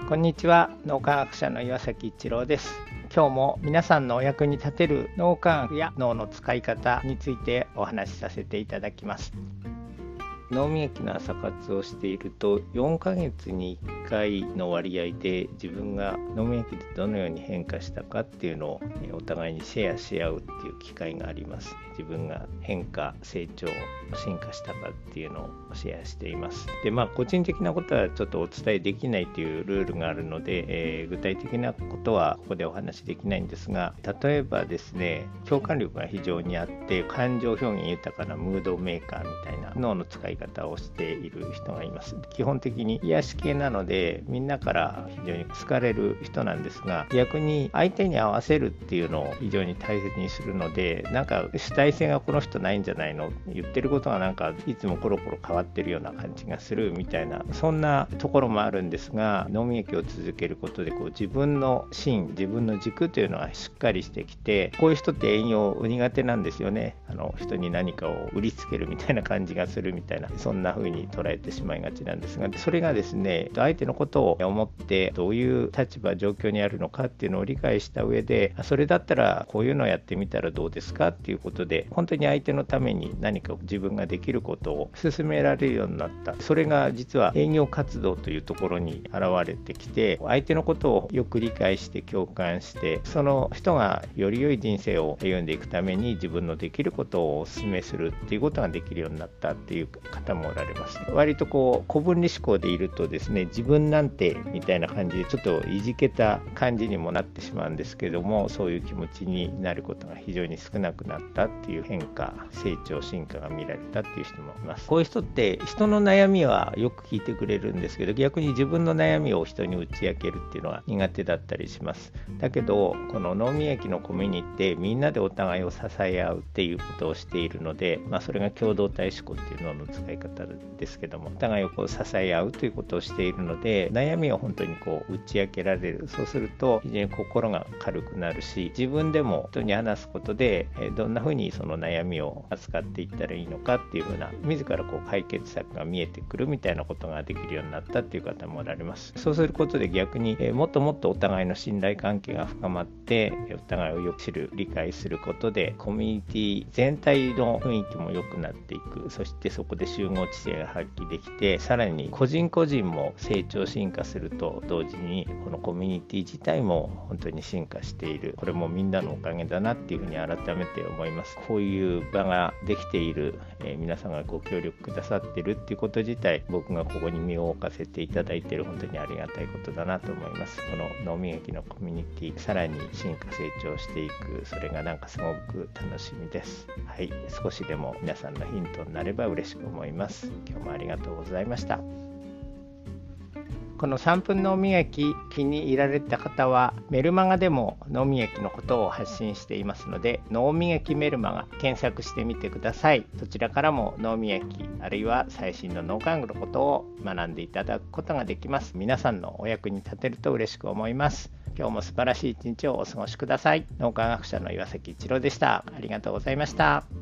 こんにちは、脳科学者の岩崎一郎です。今日も皆さんのお役に立てる脳科学や脳の使い方についてお話しさせていただきます。脳みやきの朝活をしていると4ヶ月に1回の割合で自分が脳みやきでどのように変化したかっていうのをお互いにシェアし合うっていう機会があります。自分が変化、成長、進化したかっていうのをシェアしています。で、個人的なことはちょっとお伝えできないというルールがあるので、具体的なことはここでお話しできないんですが、例えばですね、共感力が非常にあって感情表現豊かなムードメーカーみたいな脳の使い方をしている人がいます。基本的に癒し系なのでみんなから非常に好かれる人なんですが、逆に相手に合わせるっていうのを非常に大切にするので、なんか主体性がこの人ないんじゃないの、言ってることがなんかいつもコロコロ変わってるような感じがするみたいな、そんなところもあるんですが、脳みやきを続けることで自分の芯、自分の軸というのがしっかりしてきて、こういう人って営業苦手なんですよね。人に何かを売りつけるみたいな感じがするみたいな、そんな風に捉えてしまいがちなんですが、それがですね、相手のことを思ってどういう立場状況にあるのかっていうのを理解した上で、それだったらこういうのをやってみたらどうですかっていうことで、本当に相手のために何か自分ができることを進められるようになった。それが実は営業活動というところに現れてきて、相手のことをよく理解して共感して、その人がより良い人生を歩んでいくために自分のできることをお勧めするっていうことができるようになったっていう方もおられます。割と古分離思考でいるとですね、自分なんてみたいな感じでちょっといじけた感じにもなってしまうんですけども、そういう気持ちになることが非常に少なくなったっていう変化、成長、進化が見られたっていう人もいます。こういう人って人の悩みはよく聞いてくれるんですけど、逆に自分の悩みを人に打ち明けるっていうのは苦手だったりします。だけどこの脳みやきのコミュニティ、みんなでお互いを支え合うっていうことをしているので、それが共同体思考っていう脳の使い方ですけども、お互いを支え合うということをしているので、悩みを本当に打ち明けられる。そうすると非常に心が軽くなるし、自分でも人に話すことでどんなふうにその悩みを扱っていったらいいのかっていうふうな、自ら解決策が見えてくるみたいなことができるようになったっていう方もおられます。そうすることで逆にもっともっとお互いの信頼関係が深まって、お互いをよく知る、理解することでコミュニティ全体の雰囲気も良くなっていく。そしてそこで集合知性が発揮できて、さらに個人個人も成長進化すると同時に、このコミュニティ自体も本当に進化している。これもみんなのおかげだなっていうふうに改めて思います。こういう場ができている、皆さんがご協力くださっているっていうこと自体、僕がここに身を置かせていただいている本当にありがたいことだなと思います。この脳みやきのコミュニティ、さらに進化成長していく、それがなんかすごく楽しみです。はい、少しでも皆さんのヒントになれば嬉しく思います。今日もありがとうございました。この3分脳みやき、気に入られた方はメルマガでも脳みやきのことを発信していますので、脳みやきメルマガ検索してみてください。そちらからも脳みやき、あるいは最新の脳科学のことを学んでいただくことができます。皆さんのお役に立てると嬉しく思います。今日も素晴らしい一日をお過ごしください。脳科学者の岩崎一郎でした。ありがとうございました。